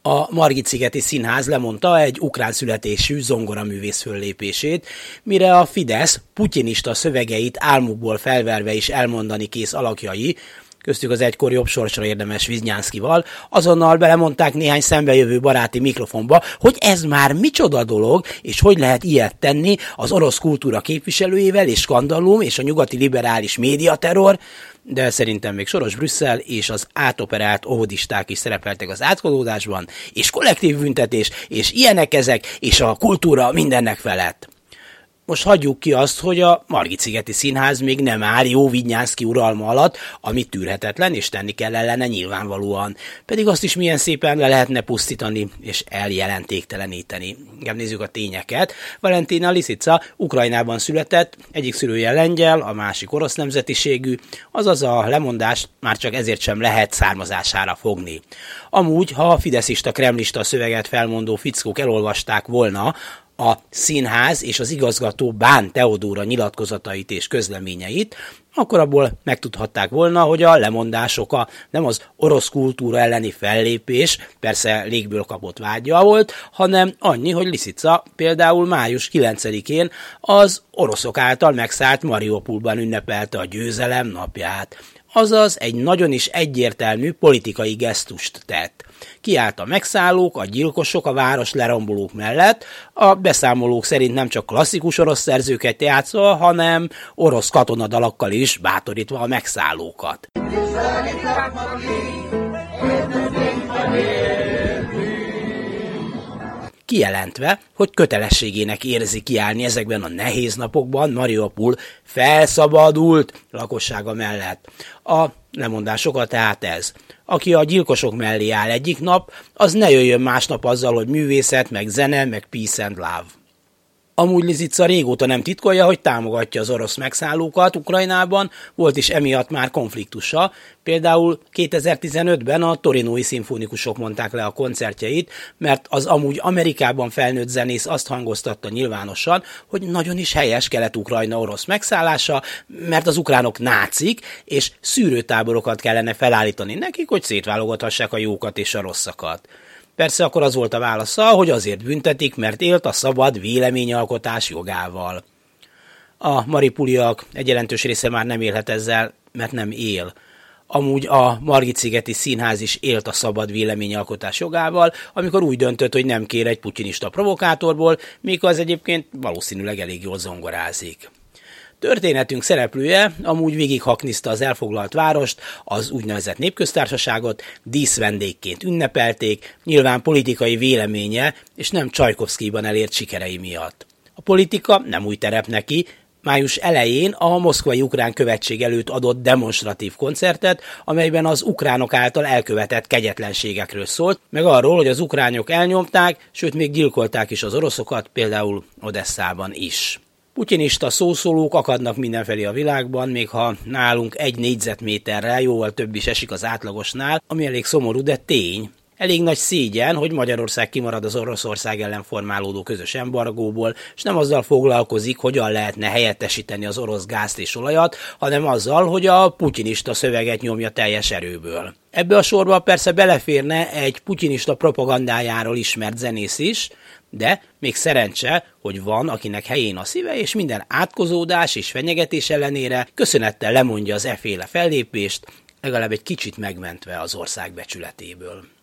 A Margit-szigeti Színház lemondta egy ukrán születésű zongoraművész föllépését, mire a Fidesz putyinista szövegeit álmukból felverve is elmondani kész alakjai, köztük az egykor jobb sorsra érdemes Viznyánszkival, azonnal belemondták néhány szembejövő baráti mikrofonba, hogy ez már micsoda dolog, és hogy lehet ilyet tenni az orosz kultúra képviselőjével, és skandalum, és a nyugati liberális médiaterror, de szerintem még Soros Brüsszel és az átoperált óvodisták is szerepeltek az átkozódásban, és kollektív büntetés, és ilyenek ezek, és a kultúra mindennek felett. Most hagyjuk ki azt, hogy a Margit-szigeti Színház még nem áll jó Viznyánszki uralma alatt, ami tűrhetetlen, és tenni kell ellene nyilvánvalóan. Pedig azt is milyen szépen le lehetne pusztítani, és eljelentékteleníteni. Inkább nézzük a tényeket. Valentina Lisicsa Ukrajnában született, egyik szülője lengyel, a másik orosz nemzetiségű, azaz a lemondást már csak ezért sem lehet származására fogni. Amúgy, ha a fideszista kremlista szöveget felmondó fickók elolvasták volna a színház és az igazgató Bán Teodóra nyilatkozatait és közleményeit, akkor abból megtudhatták volna, hogy a lemondások nem az orosz kultúra elleni fellépés, persze légből kapott vágya volt, hanem annyi, hogy Lisicsa például május 9-én az oroszok által megszállt Mariupolban ünnepelte a győzelem napját. Azaz egy nagyon is egyértelmű politikai gesztust tett. Kiállt a megszállók, a gyilkosok, a város lerombolók mellett, a beszámolók szerint nem csak klasszikus orosz szerzőket játszva, hanem orosz katonadalakkal is bátorítva a megszállókat. Kijelentve, hogy kötelességének érzi kiállni ezekben a nehéz napokban Mariupol felszabadult lakossága mellett. A lemondásokat tehát ez. Aki a gyilkosok mellé áll egyik nap, az ne jöjjön másnap azzal, hogy művészet, meg zene, meg peace and love. Amúgy Lisicsa régóta nem titkolja, hogy támogatja az orosz megszállókat Ukrajnában, volt is emiatt már konfliktusa. Például 2015-ben a torinói szimfonikusok mondták le a koncertjeit, mert az amúgy Amerikában felnőtt zenész azt hangoztatta nyilvánosan, hogy nagyon is helyes Kelet-Ukrajna orosz megszállása, mert az ukránok nácik, és szűrőtáborokat kellene felállítani nekik, hogy szétválogathassák a jókat és a rosszakat. Persze akkor az volt a válasza, hogy azért büntetik, mert élt a szabad véleményalkotás jogával. A mariupoliak egy jelentős része már nem élhet ezzel, mert nem él. Amúgy a Margit-szigeti Színház is élt a szabad véleményalkotás jogával, amikor úgy döntött, hogy nem kér egy putyinista provokátorból, míg az egyébként valószínűleg elég jól zongorázik. Történetünk szereplője amúgy végighakniszta az elfoglalt várost, az úgynevezett népköztársaságot, díszvendégként ünnepelték, nyilván politikai véleménye és nem Csajkovszkijban elért sikerei miatt. A politika nem új terep neki, május elején a moszkvai ukrán követség előtt adott demonstratív koncertet, amelyben az ukránok által elkövetett kegyetlenségekről szólt, meg arról, hogy az ukránok elnyomták, sőt még gyilkolták is az oroszokat, például Odesszában is. Putyinista szószólók akadnak mindenfelé a világban, még ha nálunk 1 négyzetméterrel jóval több is esik az átlagosnál, ami elég szomorú, de tény. Elég nagy szégyen, hogy Magyarország kimarad az Oroszország ellen formálódó közös embargóból, és nem azzal foglalkozik, hogyan lehetne helyettesíteni az orosz gázt és olajat, hanem azzal, hogy a putyinista szöveget nyomja teljes erőből. Ebbe a sorba persze beleférne egy putyinista propagandájáról ismert zenész is, de még szerencse, hogy van, akinek helyén a szíve, és minden átkozódás és fenyegetés ellenére köszönettel lemondja az efféle fellépést, legalább egy kicsit megmentve az ország becsületéből.